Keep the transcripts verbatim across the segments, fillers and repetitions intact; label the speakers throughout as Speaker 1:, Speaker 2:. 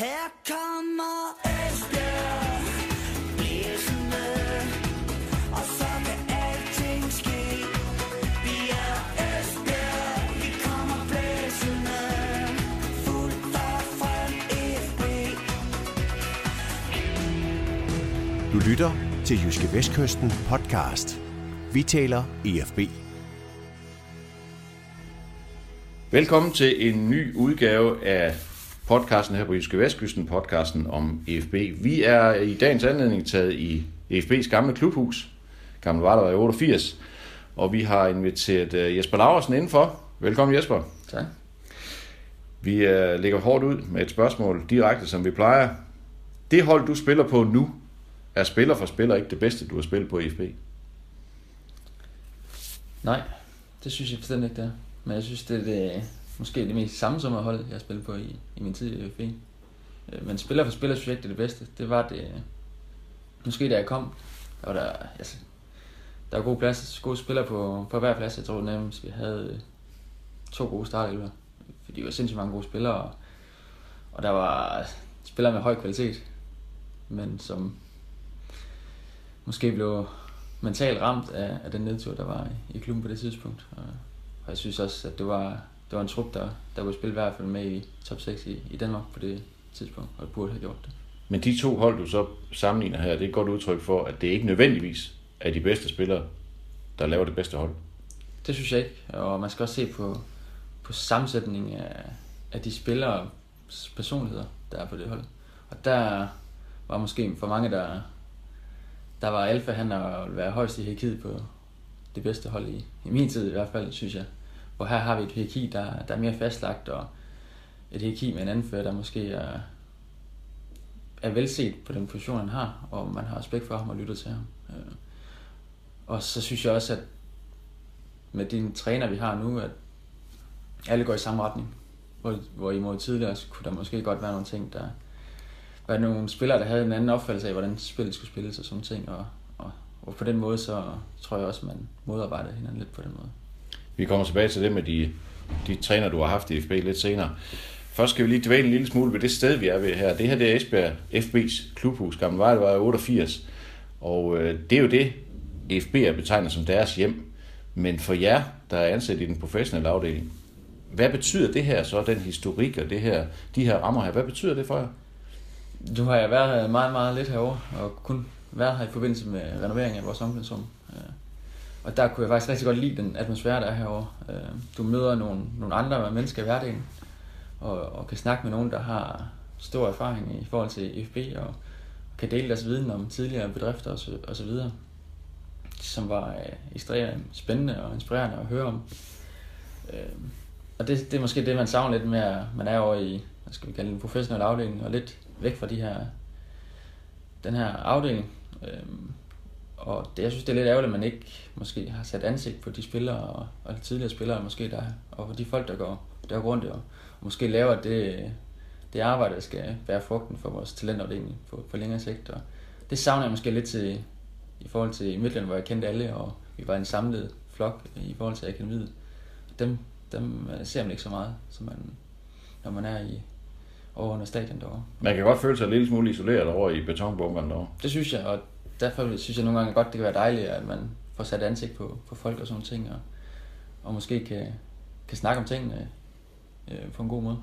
Speaker 1: Her kommer Esbjerg blæsende, og så kan alting ske. Vi er Esbjerg, vi kommer blæsende, fuldt og frem F B.
Speaker 2: Du lytter til Jyske Vestkysten podcast. Vi taler E F B.
Speaker 3: Velkommen til en ny udgave af podcasten her på Jyske Vestkysten, podcasten om E F B. Vi er i dagens anledning taget i E F B's gamle klubhus, Gammel Vardevej otteogfirs, og vi har inviteret Jesper Laursen indenfor. Velkommen Jesper.
Speaker 4: Tak.
Speaker 3: Vi uh, lægger hårdt ud med et spørgsmål direkte, som vi plejer. Det hold, du spiller på nu, er spiller for spiller ikke det bedste, du har spillet på E F B?
Speaker 4: Nej, det synes jeg bestemt ikke, det er. Men jeg synes, det er det, måske det mest sammensummede hold, jeg har spillet på i, i min tid i E F B. Men spiller for spiller synes jeg ikke, det er det bedste. Det var det, måske da jeg kom, der var der, altså, der var gode pladser, gode spillere på, på hver plads. Jeg tror nærmest, vi havde to gode startelver. Fordi der var sindssygt mange gode spillere, og, og der var spillere med høj kvalitet, men som måske blev mentalt ramt af, af den nedtur, der var i, i klubben på det tidspunkt. Og, og jeg synes også, at det var, det var en trup, der, der kunne spille i hvert fald med i top seks i, i Danmark på det tidspunkt, og burde have gjort det.
Speaker 3: Men de to hold, du så sammenligner her, det er et godt udtryk for, at det ikke nødvendigvis er de bedste spillere, der laver det bedste hold.
Speaker 4: Det synes jeg ikke, og man skal også se på, på sammensætningen af, af de spillere personligheder, der er på det hold. Og der var måske for mange, der, der var alfa, han at være højst i hierarkiet på det bedste hold i, i min tid i hvert fald, synes jeg. Hvor her har vi et hierarki, der, der er mere fastlagt, og et hierarki med en anfører, der måske er, er velset på den position, han har, og man har respekt for ham og lytter til ham. Og så synes jeg også, at med de træner, vi har nu, at alle går i samme retning. Hvor, hvor imod tidligere kunne der måske godt være nogle ting, der var nogle spillere, der havde en anden opfattelse af, hvordan spillet skulle spilles og sådan ting. Og, og, og på den måde, så tror jeg også, at man modarbejder hinanden lidt på den måde.
Speaker 3: Vi kommer tilbage til det med de, de træner, du har haft i F B lidt senere. Først skal vi lige dvæle en lille smule ved det sted, vi er ved her. Det her det er Esbjerg F B's klubhus, Gammel Vardevej otteogfirs. Og øh, det er jo det, F B er betegnet som deres hjem. Men for jer, der er ansat i den professionelle afdeling, hvad betyder det her så, den historik og det her, de her rammer her, hvad betyder det for jer?
Speaker 4: Nu har jeg været her meget, meget lidt herovre, og kun været her i forbindelse med renovering af vores omklædningsrum. Og der kunne jeg faktisk rigtig godt lide den atmosfære, der er herovre. Du møder nogle, nogle andre mennesker i hverdagen, og, og kan snakke med nogen, der har stor erfaring i forhold til E F B, og kan dele deres viden om tidligere bedrifter og så, og så videre, som var ekstremt spændende og inspirerende at høre om. Og det, det er måske det, man savner lidt mere, man er over i, hvad skal vi kalde den, professionelle afdeling, og lidt væk fra de her, den her afdeling. Og det, jeg synes, det er lidt ærgerligt, at man ikke måske har sat ansigt på de spillere og, og de tidligere spillere, måske der, og på de folk, der går, der går rundt og, og måske laver det, det arbejde, der skal være frugten for vores talentafdeling på, på længere sigt. Og det savner jeg måske lidt til, i forhold til Midtjylland, hvor jeg kendte alle, og vi var en samlet flok i forhold til akademiet. Dem, dem ser man ikke så meget, som man, når man er i over under stadion derovre.
Speaker 3: Man kan godt føle sig en lille smule isoleret over i betonbunkeren derovre.
Speaker 4: Det synes jeg, og derfor synes jeg nogle gange godt, det kan være dejligt, at man får sat ansigt på, på folk og sådan ting, og, og måske kan, kan snakke om tingene øh, på en god måde.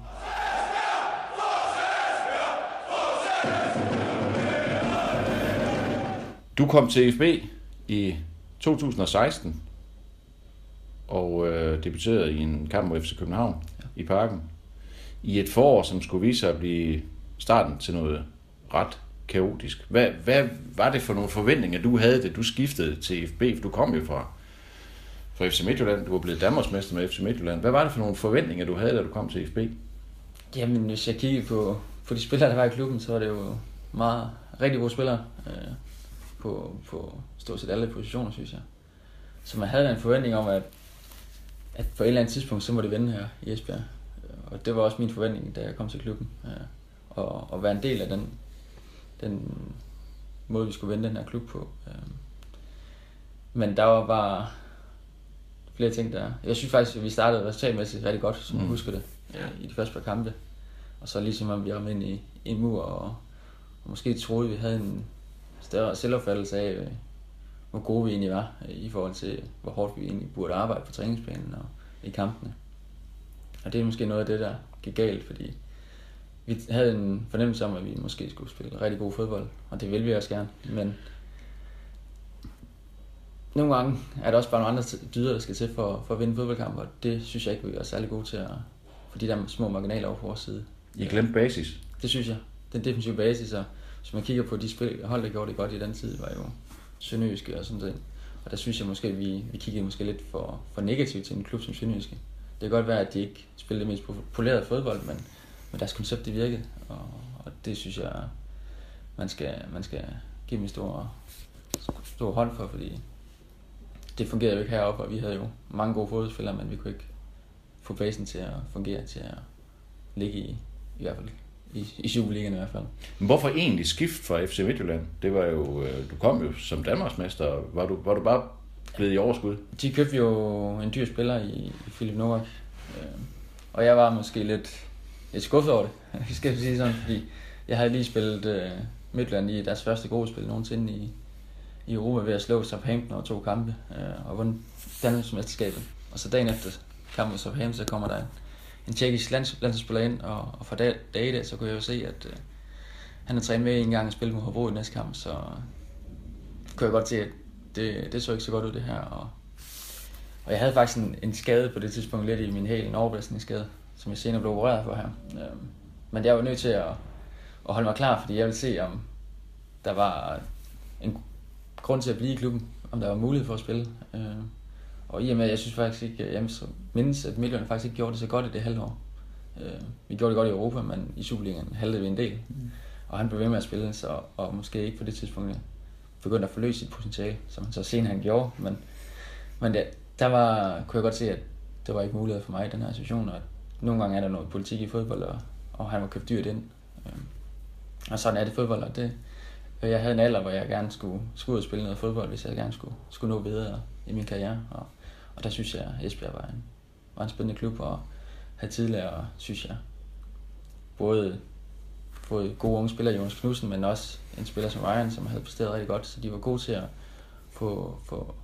Speaker 3: Du kom til F B i to tusind og seksten, og øh, debuterede i en kamp mod F C København ja. i Parken. I et forår, som skulle vise sig at blive starten til noget ret kaotisk. Hvad, hvad var det for nogle forventninger, du havde, da du skiftede til F B? For du kom jo fra, fra F C Midtjylland, du var blevet danmarksmester med F C Midtjylland. Hvad var det for nogle forventninger, du havde, da du kom til F B?
Speaker 4: Jamen, hvis jeg kiggede på, på de spillere, der var i klubben, så var det jo meget rigtig gode spillere øh, på, på stort set alle positioner, synes jeg. Så man havde en forventning om, at, at på et eller andet tidspunkt, så må det vende her i Esbjerg. Og det var også min forventning, da jeg kom til klubben. Øh, og, og være en del af den den måde, vi skulle vende den her klub på. Men der var bare flere ting der. Jeg synes faktisk, at vi startede resultatmæssigt rigtig godt, som jeg mm. husker det, ja. i de første par kampe. Og så ligesom om vi ramte ind i, en mur, og, og måske troede, vi havde en større selvopfattelse af, øh, hvor gode vi egentlig var, øh, i forhold til, hvor hårdt vi egentlig burde arbejde på træningsbanen og i kampene. Og det er måske noget af det, der gik galt, fordi vi havde en fornemmelse om, at vi måske skulle spille rigtig god fodbold, og det vil vi også gerne, men nogle gange er der også bare nogle andre dyder, der skal til for, for at vinde fodboldkampe, og det synes jeg ikke, vi er særlig gode til, at, for de der små marginaler over på vores side.
Speaker 3: I glemte basis?
Speaker 4: Det synes jeg. Den defensive basis, og hvis man kigger på de spil, hold, der gjorde det godt i den tid, var jo Sønderjyske og sådan noget. Og der synes jeg måske, at vi, vi kiggede måske lidt for, for negativt til en klub som Sønderjyske. Det kan godt være, at de ikke spillede det mest polerede fodbold, men, men deres koncept, det virkede, og, og det synes jeg, man skal, man skal give dem en stor, stor hånd for, fordi det fungerede jo ikke heroppe, og vi havde jo mange gode fodboldspillere, men vi kunne ikke få basen til at fungere, til at ligge i, i hvert fald i, i Superligaen i hvert fald.
Speaker 3: Men hvorfor egentlig skift fra F C Midtjylland? Det var jo, du kom jo som Danmarksmester, var du, var du bare blevet i overskud?
Speaker 4: De købte jo en dyr spiller i, i Philip Novak, øh, og jeg var måske lidt, lidt skuffet over det, skal jeg sige sådan, fordi jeg havde lige spillet øh, Midtjylland i deres første gode spil nogensinde i i Europa ved at slå Southampton over to kampe øh, og vundet Danmarksmesterskabet. Og så dagen efter kampen mod Southampton, så kommer der en, en tjekkisk lands, landsspiller ind, og, og fra dag dag så kunne jeg jo se, at øh, han har trænet med en gang og spillet mod Hobro i næste kamp, så kunne jeg godt se, at det, det så ikke så godt ud det her. Og, og jeg havde faktisk en, en skade på det tidspunkt lidt i min hæl, en overbelastningsskade, som jeg senere blev opereret for her. Øh, men jeg var nødt til at, at holde mig klar, fordi jeg ville se, om der var en grund til at blive i klubben, om der var mulighed for at spille. Øh, og i og med, jeg synes faktisk ikke, jeg mindes, at Midtjylland faktisk ikke gjorde det så godt i det halvår. Øh, vi gjorde det godt i Europa, men i Superligaen haltede vi en del. Mm. Og han blev ved med at spille, så, og måske ikke på det tidspunkt begyndte at forløse sit potentiale, som han så senere han gjorde. Men, men det, der var, kunne jeg godt se, at det var ikke mulighed for mig i den her situation, og nogle gange er der noget politik i fodbold, og, og han var købt dyrt ind. Øh, og sådan er det fodbold, og det jeg havde en alder, hvor jeg gerne skulle, skulle ud og spille noget fodbold, hvis jeg gerne skulle, skulle nå videre i min karriere. Og, og der synes jeg, at Esbjerg var en, var en spændende klub, og havde tidligere, synes jeg, både, både gode unge spillere, Jonas Knudsen, men også en spiller som Ryan, som havde præsteret rigtig godt, så de var gode til at få, få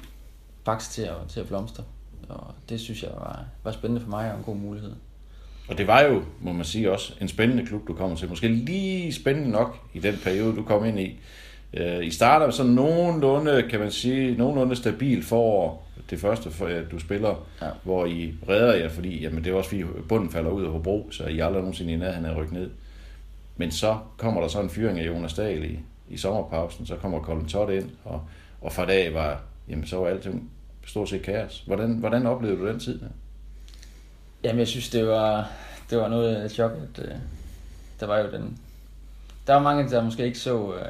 Speaker 4: Baks til at, til at blomstre. Og det synes jeg var, var spændende for mig og en god mulighed.
Speaker 3: Og det var jo, må man sige, også en spændende klub, du kommer til. Måske lige spændende nok i den periode, du kom ind i. I starter sådan nogenlunde, kan man sige, nogenlunde stabil for det første, du spiller, ja. Hvor I redder jer, fordi jamen, det er også fordi bunden falder ud af Hobro, så I aldrig nogensinde i nærheden er rykket ned. Men så kommer der så en fyring af Jonas Dahl i, i sommerpausen, så kommer Colin Todd ind, og, og fra dag var, jamen, så var alting stort set kaos. Hvordan, hvordan oplevede du den tid?
Speaker 4: Jamen, jeg synes, det var, det var noget af et chok, at øh, der var jo den... Der var mange, der måske ikke så, øh,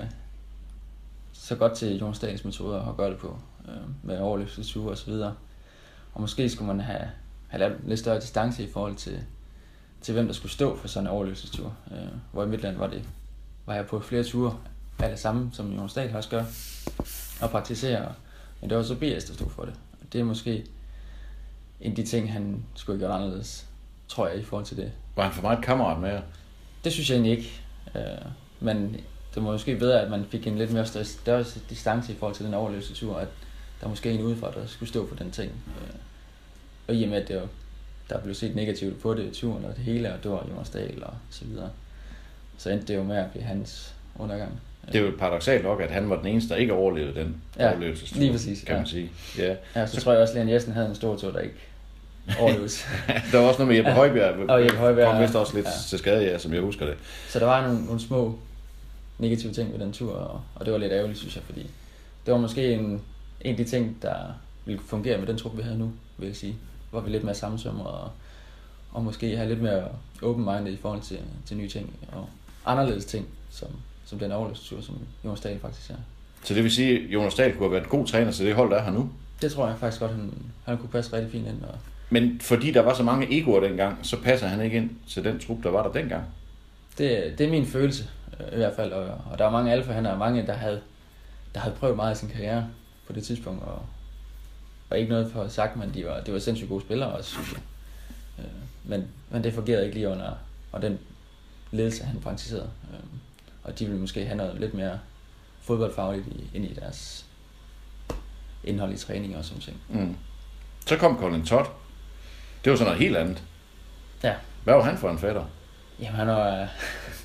Speaker 4: så godt til Jonas Dahls metoder at gøre det på, øh, med overløbsture og så videre. Og måske skulle man have, have lavet lidt større distance i forhold til, til hvem der skulle stå for sådan en overløbstur. Øh, hvor i Midtland var det, var jeg på flere ture af det samme, som Jonas Dahl også gør, og praktiserer. Men det var så B S, der stod for det. Og det er måske en af de ting, han skulle have gjort anderledes, tror jeg, i forhold til det.
Speaker 3: Var han for meget kammerat med jer?
Speaker 4: Det synes jeg egentlig ikke. Øh, men det må måske bedre, at man fik en lidt mere større, større distance i forhold til den overlevelsestur, at der måske en udefra, der skulle stå for den ting. Øh, og i og med, at det jo, der blev set negativt på det, turen og det hele, og det var Jonas Dahl og så videre, så endte det jo med at blive hans undergang.
Speaker 3: Det er jo paradoksalt nok, at han var den eneste, der ikke overlevede den
Speaker 4: ja,
Speaker 3: overlevelsestur,
Speaker 4: lige præcis,
Speaker 3: kan
Speaker 4: ja.
Speaker 3: man sige. Ja.
Speaker 4: Ja, så, så tror jeg også, at Leon Jessen havde en stor tur, der ikke overleves.
Speaker 3: Der var også noget med Jeppe Højbjerg,
Speaker 4: og Jeppe Højbjerg
Speaker 3: kom vist også lidt
Speaker 4: ja.
Speaker 3: til skade, ja, som jeg husker det.
Speaker 4: Så der var nogle, nogle små negative ting ved den tur, og, og det var lidt ærgerligt, synes jeg, fordi det var måske en, en af de ting, der ville fungere med den trup, vi havde nu, vil jeg sige. Hvor vi lidt mere sammensømret, og, og måske have lidt mere open-minded i forhold til, til nye ting, og anderledes ting, som, som den overlevelsestur, som Jonas Dahl faktisk er.
Speaker 3: Så det vil sige, at Jonas Dahl kunne have været en god træner til det hold, der er her nu?
Speaker 4: Det tror jeg faktisk godt, han, han kunne passe rigtig fint ind. Og
Speaker 3: men fordi der var så mange egoer dengang, så passer han ikke ind til den trup, der var der dengang?
Speaker 4: Det, det er min følelse, i hvert fald. Og, og der er mange alfa, han er mange, der havde, der havde prøvet meget i sin karriere på det tidspunkt. Og, og ikke noget for sagt, men de var, det var sindssygt gode spillere også, synes jeg. Men, men det fungerede ikke lige under, og den ledelse, han praktiserede. Øh, og de ville måske have noget lidt mere fodboldfagligt i, ind i deres indhold i træning og sådan ting.
Speaker 3: Mm. Så kom Colin Todd. Det var sådan noget helt andet.
Speaker 4: Ja.
Speaker 3: Hvad var han for en fætter?
Speaker 4: Jamen han var... Øh...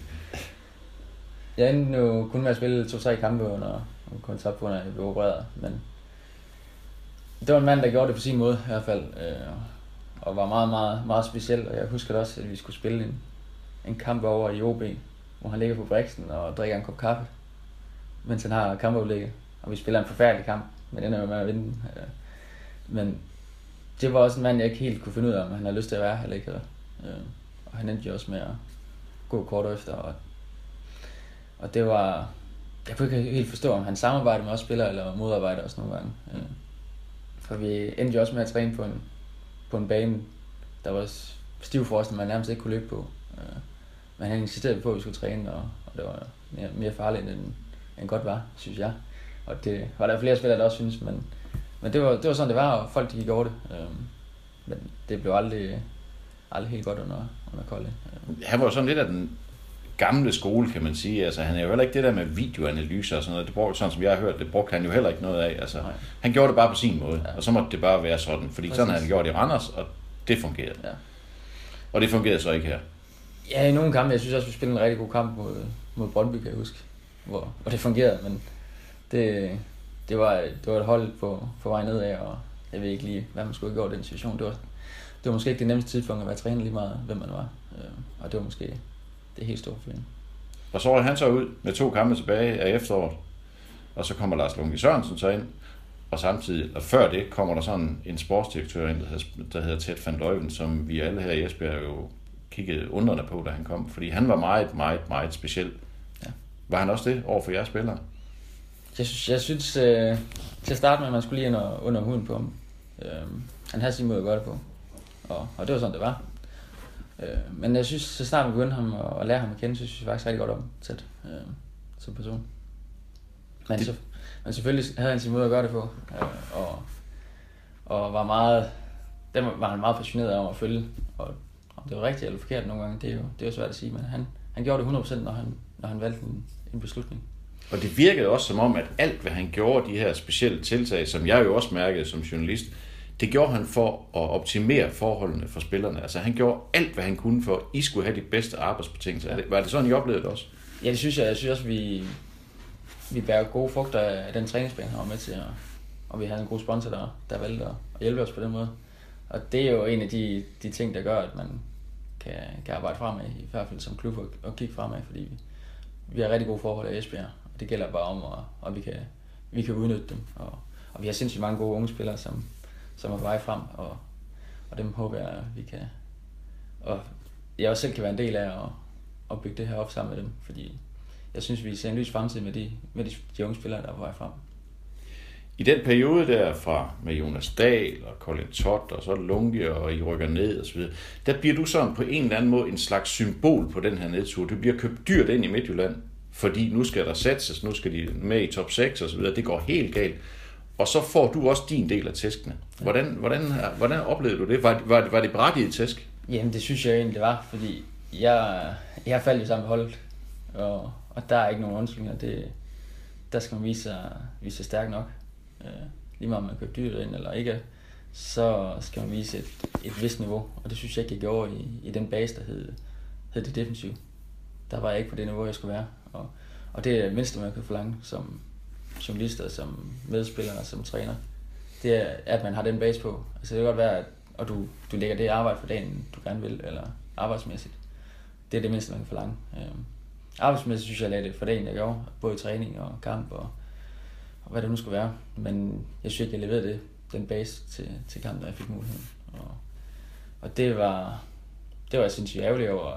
Speaker 4: jeg endte nu kun med at spille to-tre kampe under kontrakt på, når jeg blev opereret, men det var en mand, der gjorde det på sin måde i hvert fald, øh, og var meget, meget, meget speciel, og jeg husker også, at vi skulle spille en, en kamp over i O B, hvor han ligger på briksen og drikker en kop kaffe, mens han har kampoplægget, og vi spiller en forfærdelig kamp, men ender jo med at vinde. Øh, men det var også en mand, jeg ikke helt kunne finde ud af, om han havde lyst til at være eller ikke. Øh, og han endte jo også med at gå kort efter, og, og det var... Jeg kunne ikke helt forstå, om han samarbejdede med os spillere eller modarbejder os nogle gange. Øh, for vi endte jo også med at træne på en, på en bane, der var stiv for os, man nærmest ikke kunne løbe på. Øh, men han insisterede på, at vi skulle træne, og, og det var mere, mere farligt, end, end godt var, synes jeg. Og det var der flere spillere, der også synes, men, men det, var, det var sådan, det var, og folk de gik over det. Øh, men det blev aldrig, aldrig helt godt under, under Kolde. Øh.
Speaker 3: Han var jo sådan lidt af den gamle skole, kan man sige. Altså, han er jo heller ikke det der med videoanalyser og sådan noget. Det brugte, sådan som jeg har hørt, det brugte han jo heller ikke noget af. Altså, han gjorde det bare på sin måde, ja. Og så måtte det bare være sådan. Fordi Præcis. Sådan har han gjort i Randers, og det fungerede. Ja. Og det fungerede så ikke her.
Speaker 4: Ja, i nogle kampe. Jeg synes også, vi spillede en rigtig god kamp mod, mod Brøndby, kan jeg huske. Hvor, hvor det fungerede, men det, det, var, det var et hold på, på vej nedad, og jeg ved ikke lige, hvad man skulle gøre i den situation. Det var, det var måske ikke det nemmeste tidspunkt at være træner lige meget, hvem man var. Og det var måske det helt store for hende.
Speaker 3: Og så var han så ud med to kampe tilbage af efteråret, og så kommer Lars Lunke Sørensen så ind, og samtidig, og før det, kommer der sådan en sportsdirektør ind, der hedder, der hedder Ted van Leuven, som vi alle her i Esbjerg jo kiggede undrende på, da han kom, fordi han var meget, meget, meget speciel. Ja. Var han også det over for jeres spillere?
Speaker 4: Jeg synes, jeg synes øh, til at starte med, at man skulle lige ind og, under huden på ham. Øh, han havde sin måde at gøre det på, og, og det var sådan, det var. Men jeg synes, så snart vi begyndte ham og, og lære ham at kende, så synes jeg faktisk rigtig godt om Tæt øh, som person. Men, det... så, men selvfølgelig havde han sin måde at gøre det på, øh, og, og var meget, den var han meget passioneret om at følge, og om det var rigtigt eller forkert nogle gange, det er jo, det er jo svært at sige, men han, han gjorde det hundrede procent, når han, når han valgte en, en beslutning.
Speaker 3: Og det virkede også som om, at alt hvad han gjorde, de her specielle tiltag, som jeg jo også mærkede som journalist, det gjorde han for at optimere forholdene for spillerne. Altså han gjorde alt, hvad han kunne for, at I skulle have de bedste arbejdsbetingelser. Ja. Var det sådan, I oplevede det også?
Speaker 4: Ja, det synes jeg. Jeg synes også, vi, vi bærer gode frugter af den træningsplan, han var med til. Og, og vi havde en god sponsor, der, der valgte at hjælpe os på den måde. Og det er jo en af de, de ting, der gør, at man kan, kan arbejde fremad, i hvert fald som klub, og, og kigge fremad, fordi vi, vi har rigtig gode forhold i Esbjerg. Og det gælder bare om, og, og vi, kan, vi kan udnytte dem. Og, og vi har sindssygt mange gode unge spillere, som som er på vej frem, og, og dem håber jeg, at vi kan, og jeg også selv kan være en del af at, at bygge det her op sammen med dem, fordi jeg synes, vi ser en lys fremtid med de, med de, de unge spillere, der er på vej frem.
Speaker 3: I den periode der fra med Jonas Dahl og Colin Todd, og så Lunke, og I rykker ned og så videre, der bliver du sådan på en eller anden måde en slags symbol på den her nedtur. Du bliver købt dyrt ind i Midtjylland, fordi nu skal der satses, nu skal de med i top seks og så videre. Det går helt galt. Og så får du også din del af tæskene. Hvordan, hvordan, hvordan oplevede du det? Var, var, var det berettiget tæsk?
Speaker 4: Jamen det synes jeg egentlig det var, fordi jeg, jeg faldt jo sammen med holdet, og, og der er ikke nogen undskyldninger. Det, der skal man vise sig, vise sig stærk nok. Øh, lige meget om man køber dyrt ind eller ikke, så skal man vise et, et vist niveau. Og det synes jeg ikke, jeg gjorde i, i den base, der hed, hed det defensive. Der var jeg ikke på det niveau, jeg skulle være. Og, og det er det mindste, man kan forlange som journalister, som medspillere, som træner, det er, at man har den base på. Altså det kan godt være, at og du, du lægger det arbejde for dagen, du gerne vil, eller arbejdsmæssigt. Det er det mindste, man kan forlange. Øhm, arbejdsmæssigt synes jeg, jeg lagde det for dagen, jeg gjorde, både i træning og kamp, og, og hvad det nu skulle være. Men jeg synes ikke, jeg leverede det, den base til, til kampen, da jeg fik muligheden. Og, og det var, det var jeg sindssygt ærgerlig over,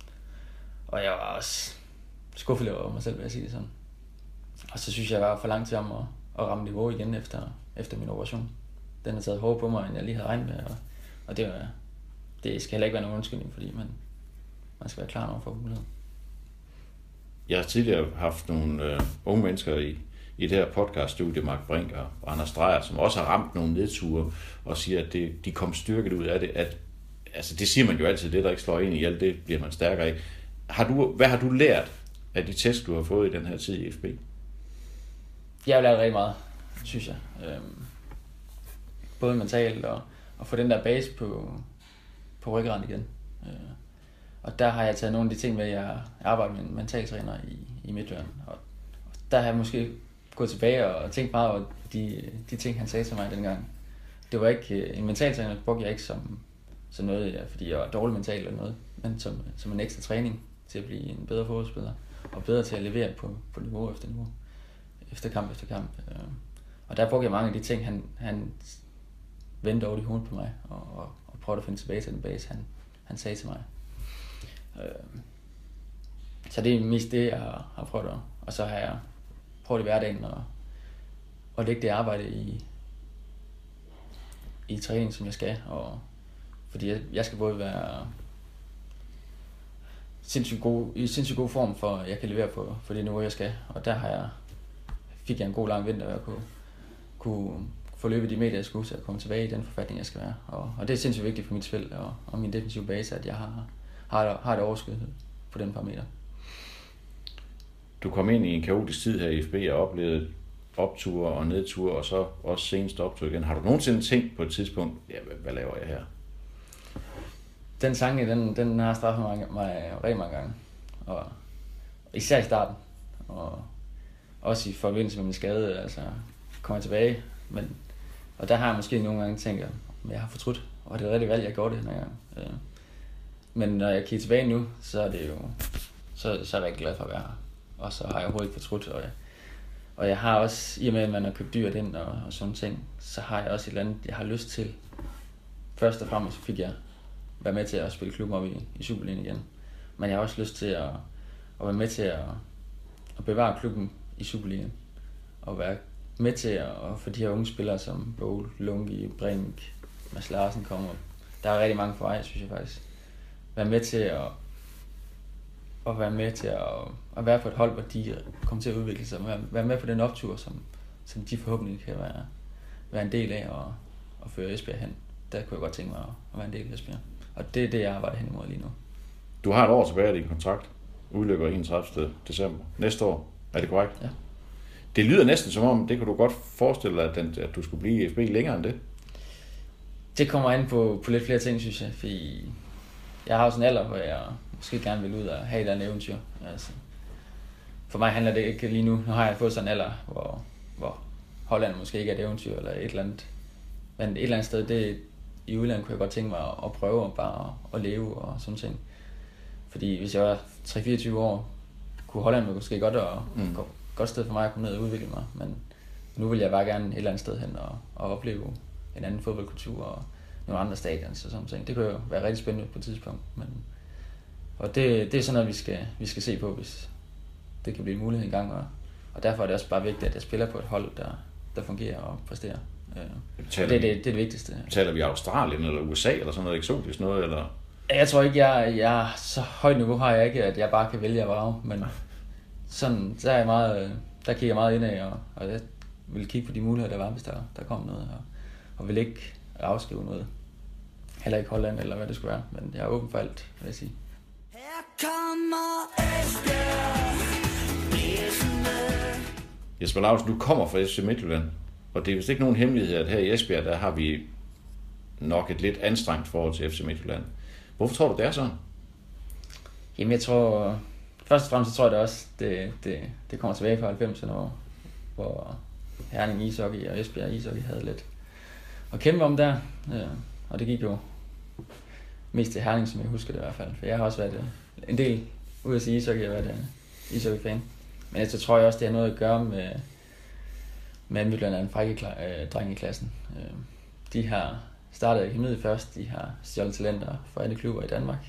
Speaker 4: og jeg var også skuffet over mig selv, vil jeg sige det sådan. Og så synes jeg, jeg var for langt til ham at, at ramme niveau igen efter, efter min operation. Den har taget hårdt på mig, end jeg lige havde regnet med. Og, og det, var, det skal heller ikke være nogen undskyldning, fordi man, man skal være klar over for muligheden.
Speaker 3: Jeg har tidligere haft nogle øh, unge mennesker i, i det her podcaststudie, Mark Brink og Anders Dreyer, som også har ramt nogle nedture og siger, at det, de kom styrket ud af det. At, altså det siger man jo altid, det der ikke slår ind i alt, det bliver man stærkere af. har du, hvad har du lært af de test, du har fået i den her tid i F B?
Speaker 4: Jeg har lært rigtig meget, synes jeg. Øhm, både mentalt og, og få den der base på, på ryggraden igen. Øh, og der har jeg taget nogle af de ting med, at jeg arbejder med en mentaltræner i, i Midtjylland. Og, og der har jeg måske gået tilbage og tænkt meget over de, de ting, han sagde til mig dengang. Det var ikke en mentaltræner, det brugte jeg ikke som, som noget, ja, fordi jeg var dårlig mental eller noget, men som, som en ekstra træning til at blive en bedre fodboldspiller, og bedre til at levere på, på niveau efter niveau, efter kamp efter kamp. Og der brugte jeg mange af de ting, han, han vendte over i hovedet på mig, og, og, og prøvede at finde tilbage til den base, han, han sagde til mig. Så det er mest det, jeg har, har prøvet at, og så har jeg prøvet i hverdagen at, at lægge det arbejde i, i træning, som jeg skal, og fordi jeg, jeg skal både være sindssygt god, i sindssygt god form, for at jeg kan levere på, på det niveau, jeg skal, og der har jeg, fik jeg en god lang vinter, og jeg kunne, kunne få løbet de medier, jeg skulle, så jeg komme tilbage i den forfatning, jeg skal være, og, og det er sindssygt vigtigt for mit spil, og, og min defensive base, at jeg har, har, har et overskud på den parameter.
Speaker 3: Du kom ind i en kaotisk tid her i F B og oplevede opture og nedture, og så også senest optur igen. Har du nogensinde tænkt på et tidspunkt, ja, hvad, hvad laver jeg her?
Speaker 4: Den sang, den, den har straffet mig, mig rigtig mange gange, og især i starten, og også i forbindelse med min skade, altså kommer jeg tilbage, men, og der har jeg måske nogle gange tænkt, at jeg har fortrudt, og det er rigtig valg, jeg gjorde det den her gang. Men når jeg kigger tilbage nu, så er det jo, så, så er jeg rigtig glad for at være her, og så har jeg overhovedet ikke fortrudt, og jeg, og jeg har også, i og med at man har købt dyrt ind og, og sådan ting, så har jeg også et eller andet, jeg har lyst til. Først og fremmest fik jeg være med til at spille klubben op i, i Superligaen igen. Men jeg har også lyst til at, at være med til at, at bevare klubben i Superligaen. Og være med til at, at få de her unge spillere som Bohl, Lungi, Brink, Mads Larsen kommer. Der er rigtig mange for vej, synes jeg faktisk. Være med til at, at være med til at, at være på et hold, hvor de kommer til at udvikle sig. Være, være med på den optur, som, som de forhåbentlig kan være, være en del af og, og føre Esbjerg hen. Der kunne jeg godt tænke mig at, at være en del af Esbjerg. Og det er det, jeg arbejder hen imod lige nu.
Speaker 3: Du har et år tilbage af din kontrakt. Udløber enogtredivte december. Næste år. Er det korrekt?
Speaker 4: Ja.
Speaker 3: Det lyder næsten som om, det kunne du godt forestille dig, at, den, at du skulle blive i F B længere end det.
Speaker 4: Det kommer an på, på lidt flere ting, synes jeg. Fordi jeg har jo sådan en alder, hvor jeg måske gerne vil ud og have et eller andet eventyr. Altså, for mig handler det ikke lige nu. Nu har jeg fået sådan en alder, hvor, hvor Holland måske ikke er et eventyr eller et eller andet. Men et eller andet sted, det, i udlandet kunne jeg godt tænke mig at, at prøve at bare at leve og sådan ting. Fordi hvis jeg var tre fireogtyve år, kunne Holland måske godt og mm. godt, godt sted for mig at komme ned og udvikle mig. Men nu vil jeg bare gerne et eller andet sted hen og, og opleve en anden fodboldkultur og nogle andre stadions og sådan ting. Det kunne jo være rigtig spændende på et tidspunkt. Men, og det, det er sådan noget, vi skal, vi skal se på, hvis det kan blive en mulighed engang. Og, og derfor er det også bare vigtigt, at jeg spiller på et hold, der, der fungerer og præsterer.
Speaker 3: Taler,
Speaker 4: det, det, det er det vigtigste.
Speaker 3: Taler vi Australien eller U S A eller sådan noget eksotisk noget? Eller?
Speaker 4: Jeg tror ikke, jeg, jeg så højt niveau har jeg ikke, at jeg bare kan vælge at vrage, men sådan, der er jeg meget, der kigger jeg meget indad, og, og jeg vil kigge på de muligheder, der var, hvis der, der kom noget, og, og vil ikke afskrive noget. Heller ikke Holland, eller hvad det skulle være, men jeg er åben for alt, vil jeg sige.
Speaker 1: Her kommer Esbjerg, blæsende.
Speaker 3: Jesper Lausen, du kommer fra F C Midtjylland, og det er vist ikke nogen hemmelighed, at her i Esbjerg, der har vi nok et lidt anstrengt forhold til F C Midtjylland. Hvorfor tror du, det er sådan?
Speaker 4: Jamen jeg tror, først og fremmest så tror jeg det også, det, det, det kommer tilbage fra halvfemserne, hvor, hvor Herning Ishockey og Esbjerg Ishockey havde lidt at kæmpe om der. Ja, og det gik jo mest til Herning, som jeg husker det i hvert fald. For jeg har også været en del ude at sige ishockey, jeg har været ishockey-fan. Men jeg tror jeg også, det har noget at gøre med, med Midtjylland er en frække øh, dreng i klassen. Øh, de har startet akademiet først, de har stjålet talenter for alle klubber i Danmark.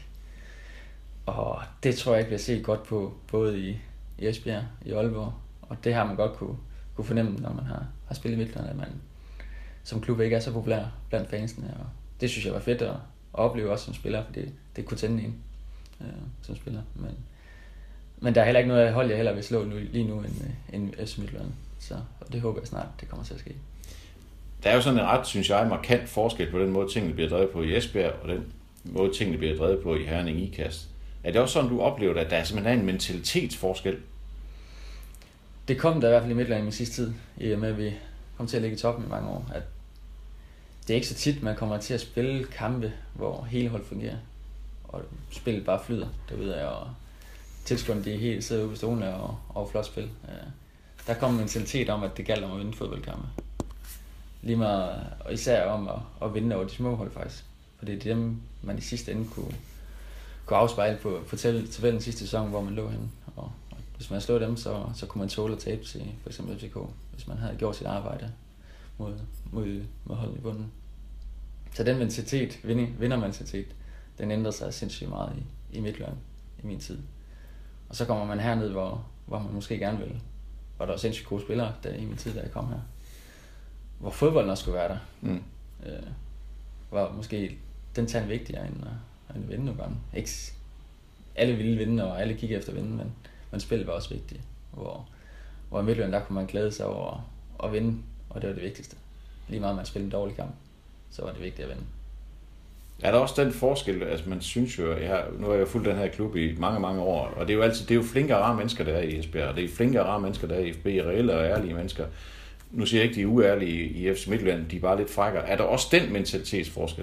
Speaker 4: Og det tror jeg ikke, vi har set godt på, både i, i Esbjerg, i Aalborg. Og det har man godt kunne, kunne fornemme, når man har, har spillet i Midtjylland, at man som klub ikke er så populær blandt fansene. Og det synes jeg var fedt at, at opleve også som spiller, fordi det kunne tænde en øh, som spiller. Men, men der er heller ikke noget hold, jeg heller vil slå nu, lige nu end, end F C Midtjylland. Så og det håber jeg snart, det kommer til at ske. Der
Speaker 3: er jo sådan en ret, synes jeg, markant forskel på den måde, tingene bliver drevet på i Esbjerg, og den måde, tingene bliver drevet på i Herning Ikast. Er det også sådan, du oplever, at der simpelthen er en mentalitetsforskel?
Speaker 4: Det kom der i hvert fald i Midtjylland i min sidste tid, i og med at vi kom til at ligge i toppen i mange år. At det er ikke så tit, man kommer til at spille kampe, hvor hele holdet fungerer, og spillet bare flyder derude af, og tilskuerne de helt sidder ude på stolene og, og flot spil. Der kom en mentalitet om, at det galt om at vinde fodboldkampe. Lige meget, og især om at, at vinde over de små hold faktisk. For det er dem, man i sidste ende kunne, kunne afspejle på, på tabellen sidste sæson, hvor man lå henne. Og, og hvis man slog dem, så, så kunne man tåle at tabe til for eksempel F C K, hvis man havde gjort sit arbejde mod, mod, mod holdet i bunden. Så den mentalitet, vindermentalitet, den ændrer sig sindssygt meget i, i Midtjylland i min tid. Og så kommer man herned, hvor, hvor man måske gerne vil. Og der var sindssygt gode spillere der i min tid, da jeg kom her. Hvor fodbolden også skulle være der. Mm. Øh, var måske den tand vigtigere end at, end at vinde nogle gange. Ikke alle ville vinde, og alle kiggede efter at vinde, men, men spillet var også vigtigt. Hvor, hvor i Midtjylland, der kunne man glæde sig over at, at vinde, og det var det vigtigste. Lige meget man spillede en dårlig kamp, så var det vigtigt at vinde.
Speaker 3: Er der også den forskel, altså man synes jo, jeg har, nu har jeg fulgt den her klub i mange, mange år, og det er jo altid, det er jo flinke og rare mennesker, der er i Esbjerg, og det er flinke og rare mennesker, der er i F B, reelle og ærlige mennesker. Nu siger jeg ikke, de er uærlige i F C Midtjylland, de er bare lidt frækkere. Er der også den mentalitetsforskel?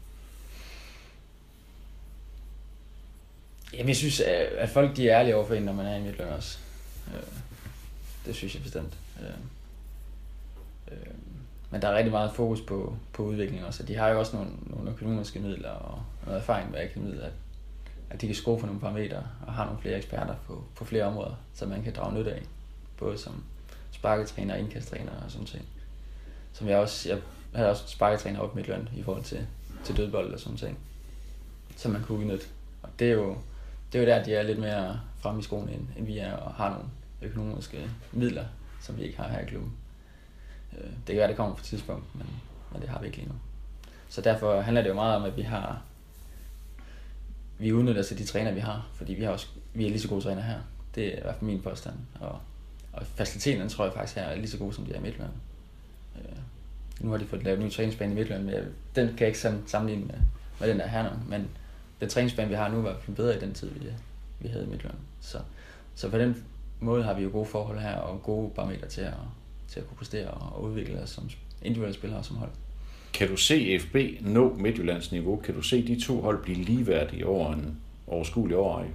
Speaker 4: Jamen, jeg synes, at folk de er ærlige overfor en, når man er i Midtjylland også. Det synes jeg bestemt. Men der er rigtig meget fokus på, på udvikling også. De har jo også nogle, nogle økonomiske midler og noget erfaring med akademiet, at, at de kan skrue på nogle parametre og har nogle flere eksperter på, på flere områder, som man kan drage nytte af. Både som sparketræner, indkasttræner og sådan ting. Som jeg også, jeg havde også sparketræner op i Midtjylland i forhold til, til dødbold og sådan ting, som man kunne udnytte. Og det er jo, det er jo der, de er lidt mere fremme i skoene, end, end vi er, og har nogle økonomiske midler, som vi ikke har her i klubben. Det kan være, det kommer på et tidspunkt, men, men det har vi ikke lige nu. Så derfor handler det jo meget om, at vi har vi udnytter os af de træner, vi har, fordi vi, har også, vi er lige så gode træner her. Det er i hvert fald min påstand. Og, og faciliteten, tror jeg faktisk her er lige så god, som de er i Midtjylland. Øh, nu har de fået lavet en ny træningsbane i Midtjylland, men den kan jeg ikke sådan sammenligne med, med den der her nu. Men den træningsbane, vi har nu, var bedre i den tid, vi, vi havde i Midtjylland. Så, så på den måde har vi jo gode forhold her, og gode parametre til at til at kunne præstere og udvikle os som individuelle spillere og som hold.
Speaker 3: Kan du se F B nå Midtjyllands niveau? Kan du se de to hold blive ligeværdige over en overskuelig årrække?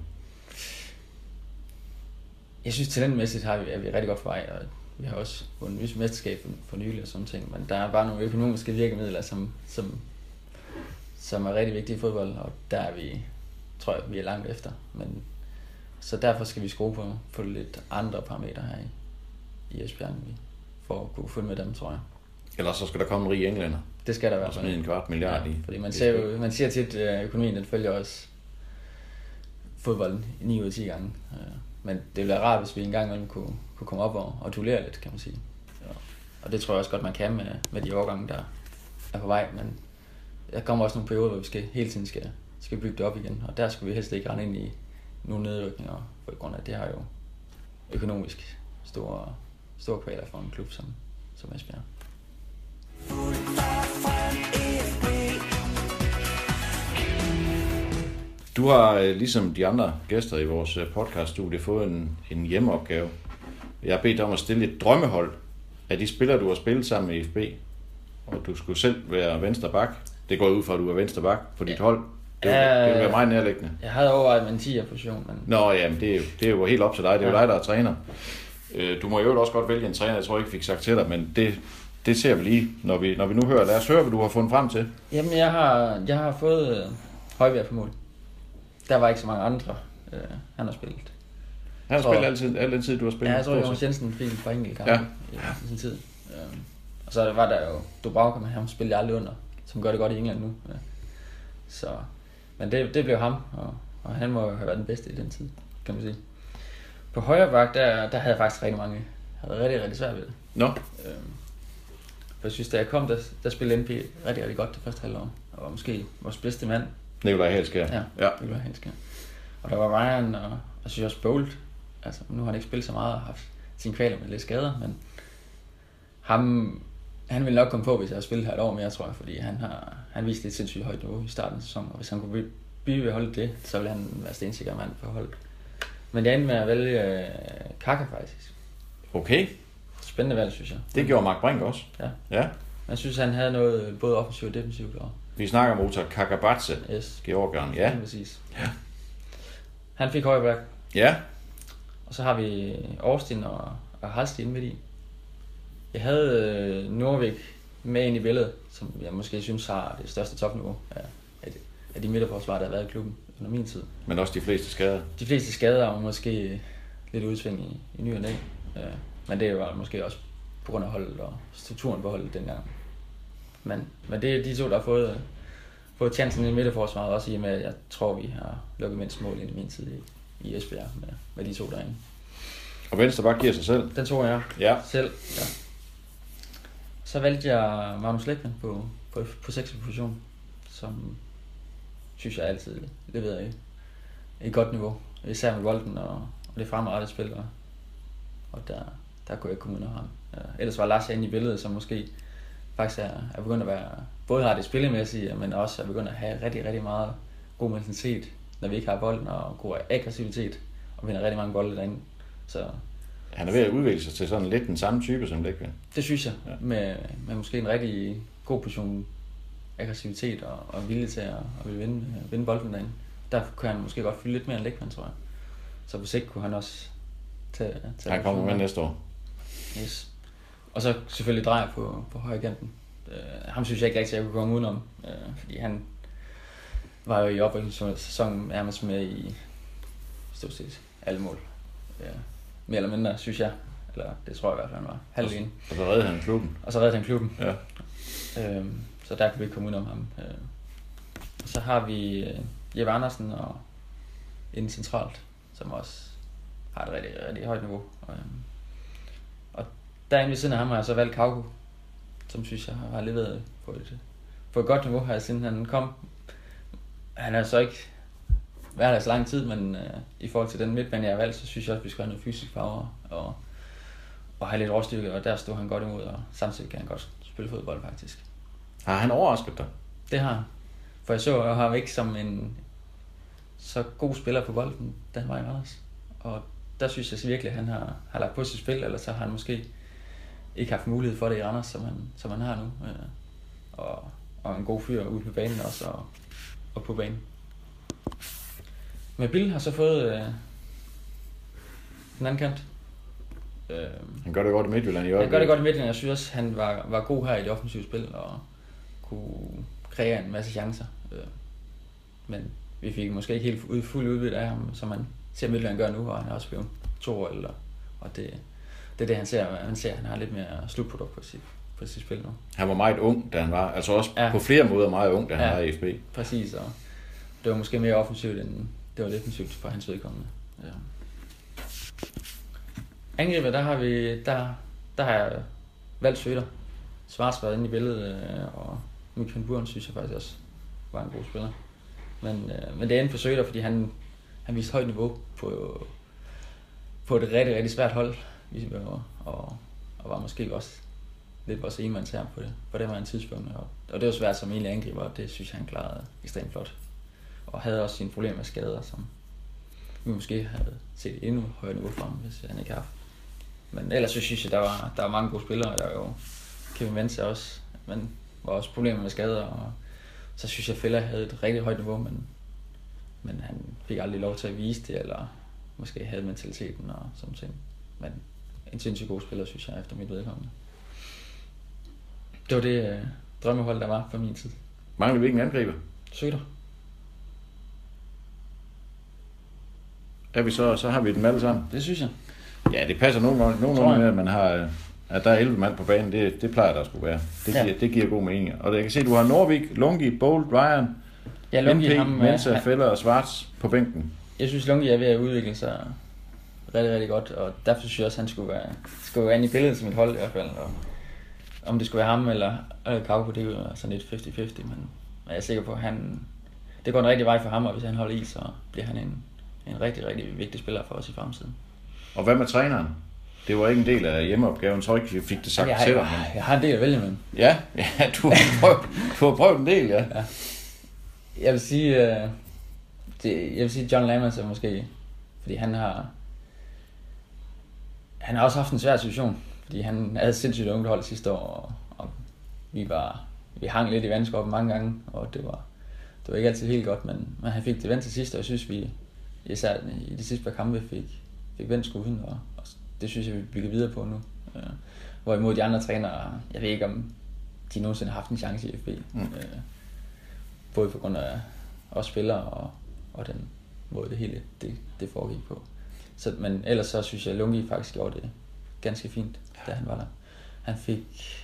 Speaker 4: Jeg synes talentmæssigt har vi, er vi rigtig godt på vej, og vi har også vundet et mesterskab for, for nylig og sådan ting, men der er bare nogle økonomiske virkemidler, som, som, som er rigtig vigtige i fodbold, og der er vi, tror jeg, vi er langt efter. Men, så derfor skal vi skrue på, på lidt andre parametre her i, i Esbjerg, for at kunne følge med dem, tror jeg.
Speaker 3: Ellers så skal der komme en rig englænder.
Speaker 4: Det skal der i hvert
Speaker 3: fald. Og smide en kvart milliard
Speaker 4: ja,
Speaker 3: i.
Speaker 4: Fordi man ser jo, man siger tit, at økonomien den følger også fodbolden ni ud af ti gange. Men det ville være rart, hvis vi engang imellem kunne, kunne komme op og, og duellere lidt, kan man sige. Ja. Og det tror jeg også godt, man kan med, med de årgange, der er på vej. Men der kommer også nogle perioder, hvor vi skal, hele tiden skal, skal bygge det op igen. Og der skulle vi helst ikke rende ind i nogle nedrykninger, på grund af, at det har jo økonomisk store, store kvaler for en klub som, som Esbjerg.
Speaker 3: Du har ligesom de andre gæster i vores podcaststudie fået en, en hjemmeopgave. Jeg har bedt dig om at stille et drømmehold af de spillere, du har spillet sammen med i F B. Og du skulle selv være venstre bak. Det går ud fra, at du er venstre bak på dit hold. Det vil, det vil være meget nærliggende.
Speaker 4: Jeg havde overvejet med en tier-position. Men...
Speaker 3: Nå, jamen, det er, det er jo helt op til dig. Det er jo ja. dig, der er træner. Du må jo også godt vælge en træner. Jeg tror ikke, jeg fik sagt til dig, men det, det ser vi lige, når vi, når vi nu hører. Lad os høre, hvad du har fundet frem til.
Speaker 4: Jamen, jeg har, jeg har fået øh, Højbjerg på mål. Der var ikke så mange andre, øh, han har spillet.
Speaker 3: Han har spillet altid, al den tid, du har spillet?
Speaker 4: Ja, jeg tror, Jonas Jensen fik et par enkelte kampe ja. i sin tid. Øh, og så var der jo Dubravka, men ham spillede jeg aldrig under, som gør det godt i England nu. Ja. Så, men det, det blev ham, og, og han må have været den bedste i den tid, kan man sige. På højre bak, der, der havde jeg faktisk rigtig mange. Jeg havde rigtig, rigtig svært ved det.
Speaker 3: Nå.
Speaker 4: Øh, for jeg synes, da jeg kom, der, der spillede N P rigtig, rigtig godt det første halvår. Og var måske vores bedste mand.
Speaker 3: Nikolaj Halskær.
Speaker 4: Ja, ja. Nikolaj Halskær. Og der var Ryan, og jeg synes også Bolt. Altså, nu har han ikke spillet så meget og haft sine kvaler med lidt skader, men ham, han ville nok komme på, hvis jeg havde spillet her et år mere, tror jeg, fordi han har han viste et sindssygt højt niveau i starten af sæsonen, og hvis han kunne by vil holde det, så vil han være stensikker mand på holdet. Men jeg endte med at vælge øh, Kaka faktisk.
Speaker 3: Okay.
Speaker 4: Spændende valg, synes jeg.
Speaker 3: Det gjorde Mark Brink også.
Speaker 4: Ja.
Speaker 3: Ja.
Speaker 4: Jeg synes, han havde noget både offensivt og defensivt. Og...
Speaker 3: Vi snakker om Otar Kakabatse,
Speaker 4: yes.
Speaker 3: Georgian. Ja.
Speaker 4: Ja, præcis.
Speaker 3: Ja.
Speaker 4: Han fik højre.
Speaker 3: Ja.
Speaker 4: Og så har vi Austin og, og Halstein midt i. Jeg havde øh, Norvik med ind i billedet, som jeg måske synes har det største topniveau af, af, de, af de midterforsvarer, der har været i klubben under min tid.
Speaker 3: Men også de fleste skader.
Speaker 4: De fleste skader og måske lidt udsving i, i ny og næ. Øh, men det var måske også på grund af holdet og strukturen på holdet dengang. Men, men det er de to, der har fået, fået chancen i midterforsvaret, også i og med, at jeg tror, vi har lukket mindst mål ind i min tid i, i Esbjerg med, med de to derinde.
Speaker 3: Og venstre bare giver sig selv.
Speaker 4: Den tog jeg
Speaker 3: ja.
Speaker 4: selv. Ja. Så valgte jeg Magnus Lekman på, på, på sekste position, som synes jeg altid leverede i et godt niveau. Især med bolden og, og det fremadrettede spil. Og, og der, der kunne jeg ikke komme ud af ham. Ja, ellers var Lars inde i billedet, som måske faktisk er, er begyndt at være, både har det spillemæssige, men også er begyndt at have rigtig, rigtig meget god mentalitet, når vi ikke har bolden, og god aggressivitet, og vinder rigtig mange bolde derinde. Så
Speaker 3: han er ved at udvikle sig til sådan lidt den samme type som Lekman.
Speaker 4: Det synes jeg,
Speaker 3: ja.
Speaker 4: med, med måske en rigtig god portion aggressivitet og, og vilje til at, at ville vinde, vinde bolden derinde. Der kan han måske godt fylde lidt mere end Lekman, tror jeg. Så på sigt kunne han også tage... tage
Speaker 3: han kommer med næste år.
Speaker 4: Yes. Og så selvfølgelig Drejer på, på højre kanten. Uh, ham synes jeg ikke rigtig, at jeg kunne komme udenom, uh, fordi han var jo i oprykningssæsonen nærmest med i stort set alle mål. Uh, mere eller mindre, synes jeg. Eller det tror jeg i hvert fald, han var. Halvdelen.
Speaker 3: Og så reddede han klubben.
Speaker 4: Og så reddede han klubben.
Speaker 3: Ja.
Speaker 4: Uh, så der kunne vi ikke komme udenom ham. Uh, og så har vi uh, Jeppe Andersen og inden centralt, som også har et rigtig, rigtig højt niveau. Uh, og derinde ved siden af ham har jeg så valgt Kauko, som synes jeg har leveret på et, på et godt niveau her, siden han kom. Han er så ikke været der så lang tid, men uh, i forhold til den midtbane, jeg har valgt, så synes jeg også, at vi skal have noget fysisk power og, og have lidt råstyrke, og der stod han godt imod, og samtidig kan han godt spille fodbold faktisk.
Speaker 3: Har han overrasket dig?
Speaker 4: Det har han. For jeg så ham ikke som en så god spiller på bolden, da han var i Randers. Og der synes jeg virkelig, at han har, har lagt på sit spil, eller så har han måske ikke haft mulighed for det i Randers, som han, som han har nu. Og, og en god fyr ude på banen også, og, og på banen. Men Bill har så fået øh, den anden kant. Øh,
Speaker 3: han gør det godt i Midtjylland i øjeblikket.
Speaker 4: Han gør det godt i Midtjylland. Jeg synes også, han var, var god her i det offensive spil, og kunne kreere en masse chancer. Øh, men vi fik måske ikke helt ud, fuld udbytte af ham, som man ser Midtjylland gør nu, og han er også blevet to år ældre. Og det, det er det, han ser. Han ser, at han har lidt mere slutprodukt på sit, på sit spil nu.
Speaker 3: Han var meget ung, da han var. Altså også
Speaker 4: ja.
Speaker 3: på flere måder meget ung, da han ja. var i F B.
Speaker 4: Præcis, og det var måske mere offensivt, end det var defensivt for hans vedkommende. Ja. Angriber, der har vi, der, der har jeg valgt Søder. Svartsvær inde i billedet, og Michael Buren synes jeg faktisk også var en god spiller. Men, øh, men det er inde på Søder, fordi han, han viste højt niveau på, på et rigtig, rigtig svært hold. Og, og, og var måske også lidt vores enmandsherre på det, på det var en tidspunkt. Og, og det var svært som egentlig angriber, og det synes jeg, han klarede ekstremt flot. Og havde også sine problemer med skader, som vi måske havde set endnu højere niveau frem, hvis han ikke havde haft. Men ellers så synes jeg, der var, der var mange gode spillere. Der var jo Kevin Mensa også, men var også problemer med skader. Og så synes jeg, at Fælder havde et rigtig højt niveau, men, men han fik aldrig lov til at vise det, eller måske havde mentaliteten og sådan ting. Men en sindssygt god spiller, synes jeg, efter mit vedkommende. Det var det øh, drømmehold, der var for min tid.
Speaker 3: Mangler vi ikke en angriber?
Speaker 4: Søder.
Speaker 3: Er vi så, så har vi den alle sammen.
Speaker 4: Det synes jeg.
Speaker 3: Ja, det passer nogle gange, nogle gange med, at man har, at der er elleve mand på banen. Det, det plejer der at skulle være. Det giver, ja. det giver god mening. Og jeg kan se, at du har Norvik, Lungi, Bolt, Ryan,
Speaker 4: ja, Lungi,
Speaker 3: M P,
Speaker 4: ham,
Speaker 3: Mensa,
Speaker 4: han,
Speaker 3: Fælder og Svarts på bænken.
Speaker 4: Jeg synes, Lungi er ved at udvikle sig rigtig, rigtig godt, og derfor synes jeg også, at han skulle være, skulle være inde i billedet som et hold i hvert fald. Og om det skulle være ham eller, eller Kauko, det er jo sådan lidt halvtreds halvtreds, men jeg er sikker på, at han, det går en rigtig vej for ham, og hvis han holder i, så bliver han en, en rigtig, rigtig vigtig spiller for os i fremtiden.
Speaker 3: Og hvad med træneren? Det var ikke en del af hjemmeopgaven, så ikke fik det sagt
Speaker 4: jeg,
Speaker 3: til dig.
Speaker 4: Jeg, jeg, jeg har en del at vælge med.
Speaker 3: Ja, ja du, har prøvet, du har prøvet en del, ja.
Speaker 4: ja. Jeg vil sige, uh, det, jeg vil sige, John Lammers er måske, fordi han har, han har også haft en svær situation, fordi han havde sindssygt ungt hold sidste år, og, og vi var, vi hang lidt i vandskorpen mange gange, og det var, det var ikke altid helt godt, men, men han fik det vendt til sidst, og jeg synes, vi især i de sidste par kampe fik, fik vendt skuden, og, og det synes jeg, vi bygger videre på nu. Øh, hvorimod de andre trænere, jeg ved ikke, om de nogensinde har haft en chance i F B. Mm. Øh, både på grund af os spillere, og, og den måde det hele det, det foregik på. Så, men ellers så synes jeg, at Lungi faktisk gjorde det ganske fint, da han var der. Han fik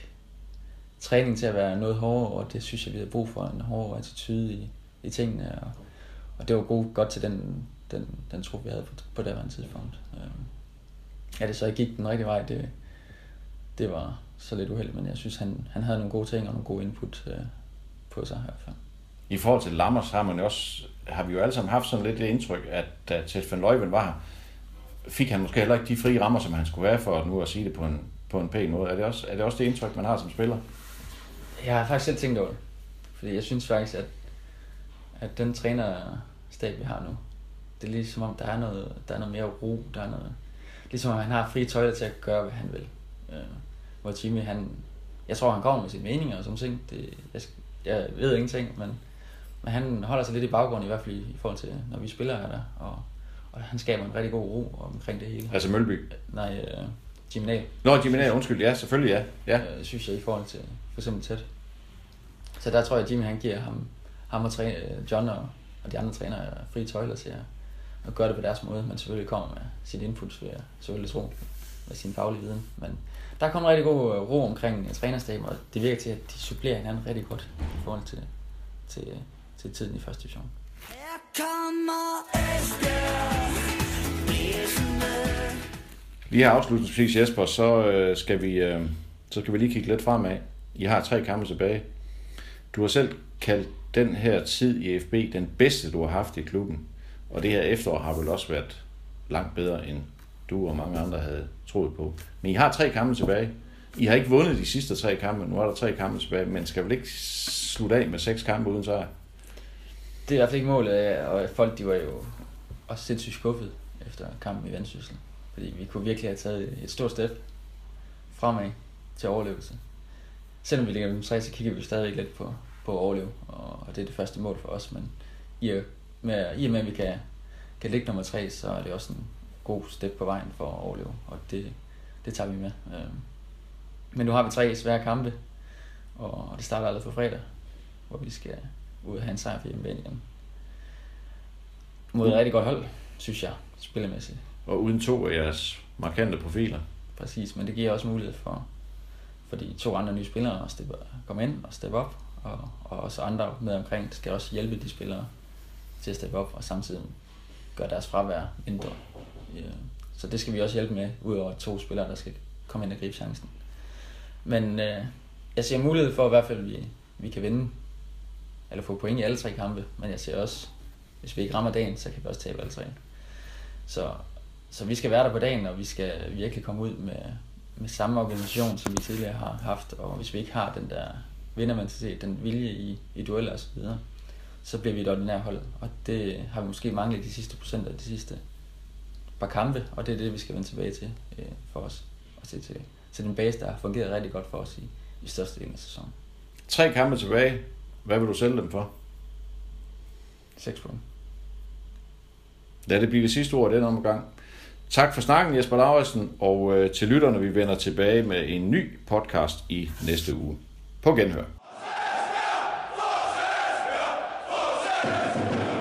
Speaker 4: træning til at være noget hårdere, og det synes jeg, vi havde brug for, en hårdere attitude i, i tingene, og, og det var god, godt til den, den, den trup, vi havde på, på det her tidspunkt. Øhm, ja, det så ikke gik den rigtige vej, det, det var så lidt uheldigt, men jeg synes, han, han havde nogle gode ting og nogle gode input øh, på sig i hvert fald.
Speaker 3: I forhold til Lammers har man også, har vi jo alle sammen haft sådan lidt det indtryk, at da Ted van Leuven var her, fik han måske heller ikke de frie rammer, som han skulle have for nu at sige det på en, på en pæn måde. Er det, også, er det også det indtryk, man har som spiller?
Speaker 4: Jeg har faktisk selv tænkt over det, fordi jeg synes faktisk, at, at den trænerstab, vi har nu, det er ligesom om, der er noget, der er noget mere ro, der er noget, ligesom om han har frie tøjler til at gøre, hvad han vil. Øh, hvor Jimmy, han, jeg tror, han kommer med sine meninger og sådan ting. Det, jeg, jeg ved ingenting, men, men han holder sig lidt i baggrunden, i hvert fald i, i forhold til, når vi spiller her der, og, og han skaber en rigtig god ro omkring det hele.
Speaker 3: Altså Mølby?
Speaker 4: Nej, øh, Jimmy Nahl.
Speaker 3: Nå, Jimmy Nahl, undskyld, ja, selvfølgelig, ja. ja.
Speaker 4: Øh, synes jeg, i forhold til for eksempel Ted. Så der tror jeg, at Jimmy, han giver ham, ham og træne, John og, og de andre trænere frie tøjler til at, at gøre det på deres måde, men selvfølgelig kommer med sit input, ved at selvfølgelig tro med sin faglige viden. Men der kommer en rigtig god ro omkring trænerstaben, og det virker til, at de supplerer hinanden rigtig godt i forhold til, til, til tiden i første division.
Speaker 1: Her kommer Esbjerg, blæsende.
Speaker 3: Lige her afslutningsvis, Jesper, så øh, skal vi øh, så skal vi lige kigge lidt fremad. I har tre kampe tilbage. Du har selv kaldt den her tid i F B den bedste, du har haft i klubben. Og det her efterår har vel også været langt bedre, end du og mange andre havde troet på. Men I har tre kampe tilbage. I har ikke vundet de sidste tre kampe. Nu er der tre kampe tilbage, men skal vel ikke slutte af med seks kampe uden sejr?
Speaker 4: Det er i hvert fald ikke målet, og folk de var jo også sindssygt skuffet efter kampen i Vendsyssel. Fordi vi kunne virkelig have taget et stort step fremad til overlevelse. Selvom vi ligger med tre, så kigger vi stadig lidt på, på at overleve, og det er det første mål for os. Men i og med, i og med at vi kan, kan ligge nummer tre, så er det også en god step på vejen for at overleve, og det, det tager vi med. Men nu har vi tre svære kampe, og det starter allerede på fredag, hvor vi skal ud og have en sejr for hjemmebane igen. Mod et rigtig godt hold, synes jeg, spillemæssigt.
Speaker 3: Og uden to af jeres markante profiler.
Speaker 4: Præcis, men det giver også mulighed for, for de to andre nye spillere at steppe, komme ind og steppe op, og, og også andre med omkring skal også hjælpe de spillere til at steppe op, og samtidig gøre deres fravær mindre. Så det skal vi også hjælpe med, udover to spillere, der skal komme ind og gribe chancen. Men øh, jeg ser mulighed for i hvert fald, at vi, vi kan vinde, eller få point i alle tre kampe, men jeg ser også, hvis vi ikke rammer dagen, så kan vi også tabe alle tre. Så, så vi skal være der på dagen, og vi skal virkelig komme ud med, med samme organisation, som vi tidligere har haft, og hvis vi ikke har den der vindermentalitet, den vilje i, i dueller og så videre, så bliver vi et ordinært hold, og det har vi måske manglet de sidste procent af de sidste par kampe, og det er det, vi skal vende tilbage til øh, for os, og til, til, til den base, der har fungeret rigtig godt for os i, i største del af sæsonen.
Speaker 3: Tre kampe tilbage. Hvad vil du sælge dem for?
Speaker 4: Seks point.
Speaker 3: Lad det blive det sidste ord den omgang. Tak for snakken, Jesper Lauritsen, og øh, til lytterne, vi vender tilbage med en ny podcast i næste uge. På genhør.